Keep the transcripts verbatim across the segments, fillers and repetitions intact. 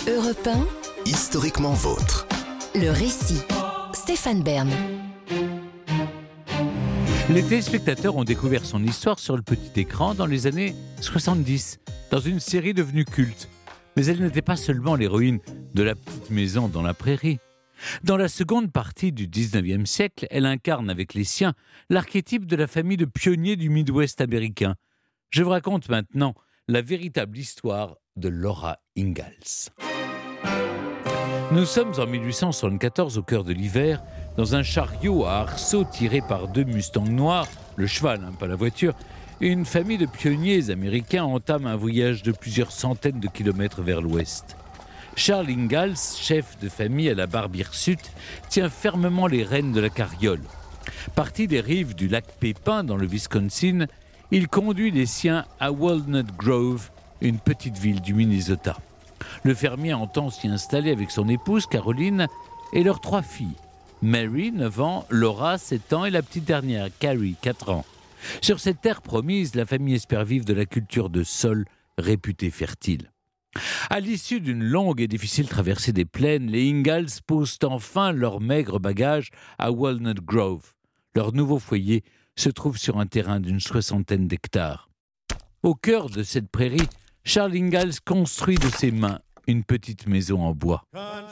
Europe un, Historiquement vôtre. le récit. Stéphane Bern. Les téléspectateurs ont découvert son histoire sur le petit écran dans les années soixante-dix, dans une série devenue culte. Mais elle n'était pas seulement l'héroïne de La petite maison dans la prairie. Dans la seconde partie du dix-neuvième siècle, elle incarne avec les siens l'archétype de la famille de pionniers du Midwest américain. Je vous raconte maintenant la véritable histoire de Laura Ingalls. Nous sommes en mille huit cent soixante-quatorze au cœur de l'hiver, dans un chariot à arceaux tiré par deux mustangs noirs, le cheval, hein, pas la voiture. Une famille de pionniers américains entame un voyage de plusieurs centaines de kilomètres vers l'ouest. Charles Ingalls, chef de famille à la barbe hirsute, tient fermement les rênes de la carriole. Parti des rives du lac Pépin dans le Wisconsin, il conduit les siens à Walnut Grove, une petite ville du Minnesota. Le fermier entend s'y installer avec son épouse Caroline et leurs trois filles. Mary, neuf ans, Laura, sept ans et la petite dernière, Carrie, quatre ans. Sur cette terre promise, la famille espère vivre de la culture de sol réputée fertile. À l'issue d'une longue et difficile traversée des plaines, les Ingalls posent enfin leur maigre bagage à Walnut Grove. Leur nouveau foyer se trouve sur un terrain d'une soixantaine d'hectares. Au cœur de cette prairie, Charles Ingalls construit de ses mains une petite maison en bois.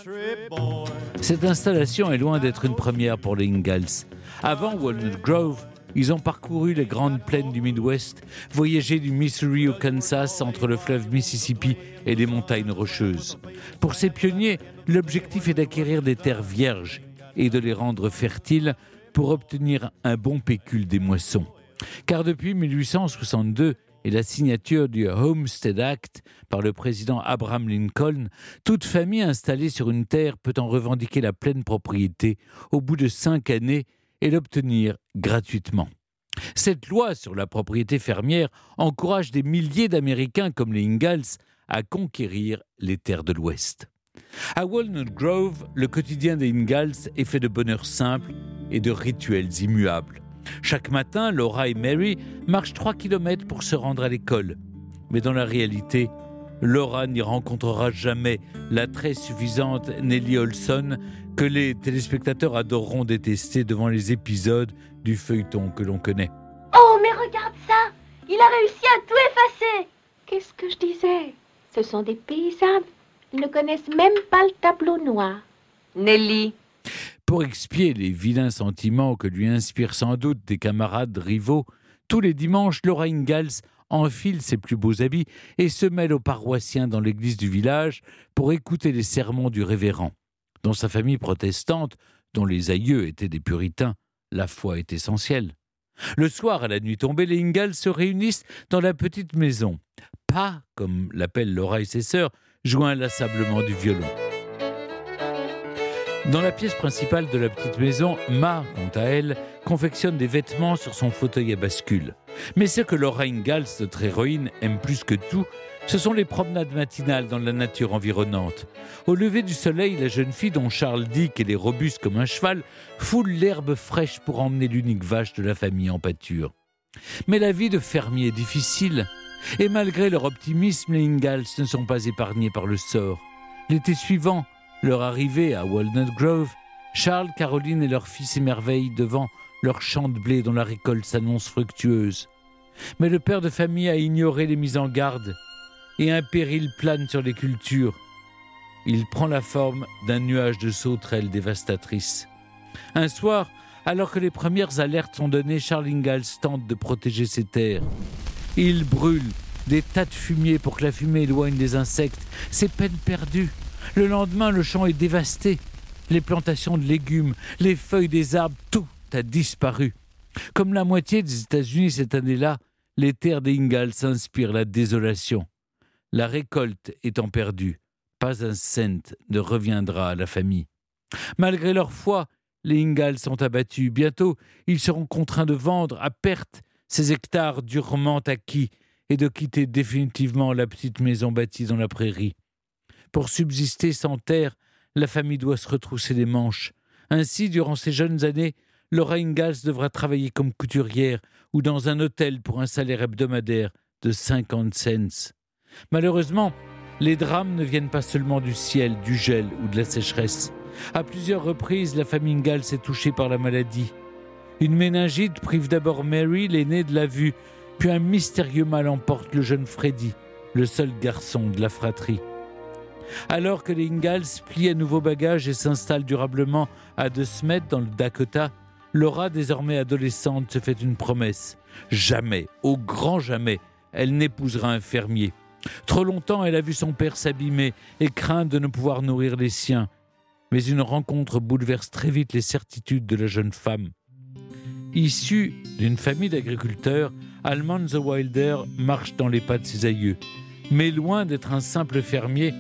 Cette installation est loin d'être une première pour les Ingalls. Avant Walnut Grove, ils ont parcouru les grandes plaines du Midwest, voyagé du Missouri au Kansas entre le fleuve Mississippi et les montagnes rocheuses. Pour ces pionniers, l'objectif est d'acquérir des terres vierges et de les rendre fertiles pour obtenir un bon pécule des moissons. Car depuis mille huit cent soixante-deux et la signature du Homestead Act par le président Abraham Lincoln, toute famille installée sur une terre peut en revendiquer la pleine propriété au bout de cinq années et l'obtenir gratuitement. Cette loi sur la propriété fermière encourage des milliers d'Américains comme les Ingalls à conquérir les terres de l'Ouest. À Walnut Grove, le quotidien des Ingalls est fait de bonheur simple et de rituels immuables. Chaque matin, Laura et Mary marchent trois kilomètres pour se rendre à l'école. Mais dans la réalité, Laura n'y rencontrera jamais la très suffisante Nellie Olson que les téléspectateurs adoreront détester devant les épisodes du feuilleton que l'on connaît. Oh, mais regarde ça! Il a réussi à tout effacer! Qu'est-ce que je disais? Ce sont des paysannes. Ils ne connaissent même pas le tableau noir. Nellie. Pour expier les vilains sentiments que lui inspirent sans doute des camarades rivaux, tous les dimanches, Laura Ingalls enfile ses plus beaux habits et se mêle aux paroissiens dans l'église du village pour écouter les sermons du révérend. Dans sa famille protestante, dont les aïeux étaient des puritains, la foi est essentielle. Le soir, à la nuit tombée, les Ingalls se réunissent dans la petite maison. Pas, comme l'appellent Laura et ses sœurs, jouant inlassablement du violon. Dans la pièce principale de la petite maison, Ma, quant à elle, confectionne des vêtements sur son fauteuil à bascule. Mais ce que Laura Ingalls, notre héroïne, aime plus que tout, ce sont les promenades matinales dans la nature environnante. Au lever du soleil, la jeune fille dont Charles dit qu'elle est robuste comme un cheval foule l'herbe fraîche pour emmener l'unique vache de la famille en pâture. Mais la vie de fermier est difficile. Et malgré leur optimisme, les Ingalls ne sont pas épargnés par le sort. L'été suivant, leur arrivée à Walnut Grove, Charles, Caroline et leur fils s'émerveillent devant leur champ de blé dont la récolte s'annonce fructueuse. Mais le père de famille a ignoré les mises en garde et un péril plane sur les cultures. Il prend la forme d'un nuage de sauterelles dévastatrices. Un soir, alors que les premières alertes sont données, Charles Ingalls tente de protéger ses terres. Il brûle des tas de fumier pour que la fumée éloigne les insectes. C'est peine perdue. Le lendemain, le champ est dévasté. Les plantations de légumes, les feuilles des arbres, tout a disparu. Comme la moitié des États-Unis cette année-là, les terres des Ingalls inspirent la désolation. La récolte étant perdue, pas un cent ne reviendra à la famille. Malgré leur foi, les Ingalls sont abattus. Bientôt, ils seront contraints de vendre à perte ces hectares durement acquis et de quitter définitivement la petite maison bâtie dans la prairie. Pour subsister sans terre, la famille doit se retrousser les manches. Ainsi, durant ces jeunes années, Laura Ingalls devra travailler comme couturière ou dans un hôtel pour un salaire hebdomadaire de cinquante cents. Malheureusement, Les drames ne viennent pas seulement du ciel, du gel ou de la sécheresse. À plusieurs reprises, la famille Ingalls est touchée par la maladie. Une méningite prive d'abord Mary, l'aîné, de la vue, puis un mystérieux mal emporte le jeune Freddy, le seul garçon de la fratrie. Alors que les Ingalls plient à nouveau bagages et s'installent durablement à De Smet dans le Dakota, Laura, désormais adolescente, se fait une promesse. Jamais, au grand jamais, elle n'épousera un fermier. Trop longtemps, elle a vu son père s'abîmer et craint de ne pouvoir nourrir les siens. Mais une rencontre bouleverse très vite les certitudes de la jeune femme. Issue d'une famille d'agriculteurs, Almond the Wilder marche dans les pas de ses aïeux. Mais loin d'être un simple fermier,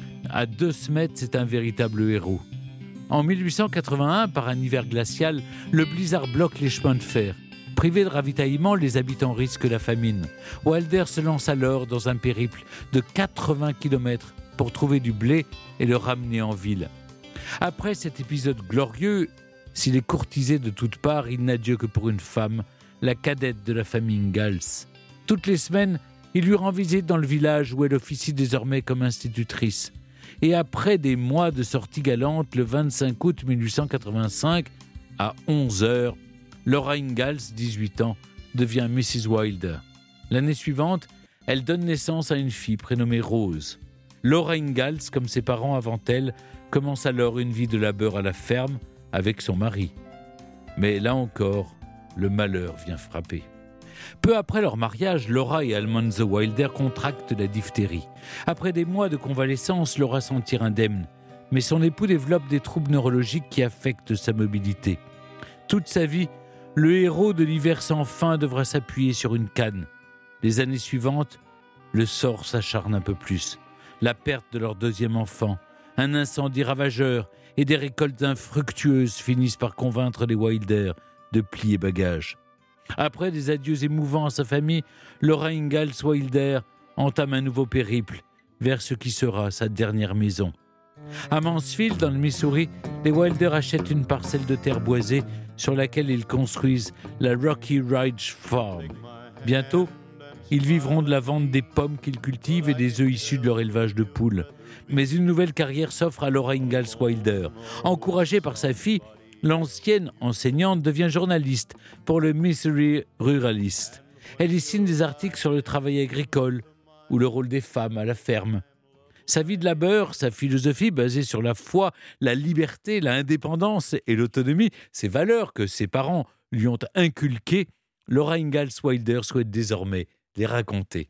à De Smet, c'est un véritable héros. En mille huit cent quatre-vingt-un, par un hiver glacial, le blizzard bloque les chemins de fer. Privés de ravitaillement, les habitants risquent la famine. Wilder se lance alors dans un périple de quatre-vingts kilomètres pour trouver du blé et le ramener en ville. Après cet épisode glorieux, s'il est courtisé de toutes parts, il n'a Dieu que pour une femme, la cadette de la famille Ingalls. Toutes les semaines, il lui rend visite dans le village où elle officie désormais comme institutrice. Et après des mois de sorties galantes, le vingt-cinq août mille huit cent quatre-vingt-cinq, à onze heures, Laura Ingalls, dix-huit ans, devient missus Wilder. L'année suivante, elle donne naissance à une fille prénommée Rose. Laura Ingalls, comme ses parents avant elle, commence alors une vie de labeur à la ferme avec son mari. Mais là encore, le malheur vient frapper. Peu après leur mariage, Laura et Almond the Wilder contractent la diphtérie. Après des mois de convalescence, Laura s'en tire indemne. Mais son époux développe des troubles neurologiques qui affectent sa mobilité. Toute sa vie, le héros de l'hiver sans fin devra s'appuyer sur une canne. Les années suivantes, le sort s'acharne un peu plus. La perte de leur deuxième enfant, un incendie ravageur et des récoltes infructueuses finissent par convaincre les Wilder de plier bagages. Après des adieux émouvants à sa famille, Laura Ingalls Wilder entame un nouveau périple vers ce qui sera sa dernière maison. À Mansfield, dans le Missouri, les Wilder achètent une parcelle de terre boisée sur laquelle ils construisent la Rocky Ridge Farm. Bientôt, ils vivront de la vente des pommes qu'ils cultivent et des œufs issus de leur élevage de poules. Mais une nouvelle carrière s'offre à Laura Ingalls Wilder. Encouragée par sa fille, l'ancienne enseignante devient journaliste pour le Missouri Ruralist. Elle y signe des articles sur le travail agricole ou le rôle des femmes à la ferme. Sa vie de labeur, sa philosophie basée sur la foi, la liberté, l'indépendance et l'autonomie, ces valeurs que ses parents lui ont inculquées, Laura Ingalls Wilder souhaite désormais les raconter.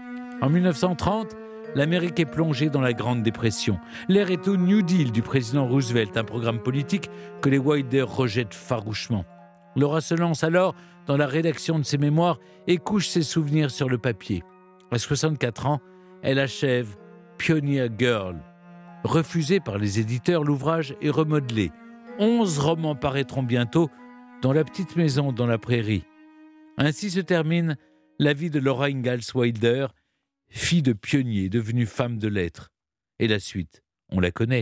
En mille neuf cent trente, l'Amérique est plongée dans la Grande Dépression. L'ère est au New Deal du président Roosevelt, un programme politique que les Wilder rejettent farouchement. Laura se lance alors dans la rédaction de ses mémoires et couche ses souvenirs sur le papier. À soixante-quatre ans, elle achève Pioneer Girl. Refusé par les éditeurs, l'ouvrage est remodelé. Onze romans paraîtront bientôt, dont La petite maison dans la prairie. Ainsi se termine la vie de Laura Ingalls Wilder, fille de pionnier devenue femme de lettres. Et la suite, on la connaît.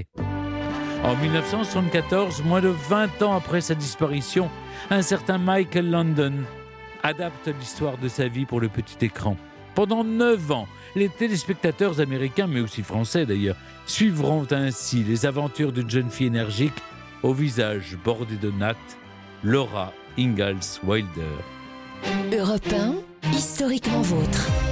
En mille neuf cent soixante-quatorze, moins de vingt ans après sa disparition, un certain Michael London adapte l'histoire de sa vie pour le petit écran. Pendant neuf ans, les téléspectateurs américains, mais aussi français d'ailleurs, suivront ainsi les aventures d'une jeune fille énergique au visage bordé de nattes, Laura Ingalls Wilder. Europe un, historiquement vôtre.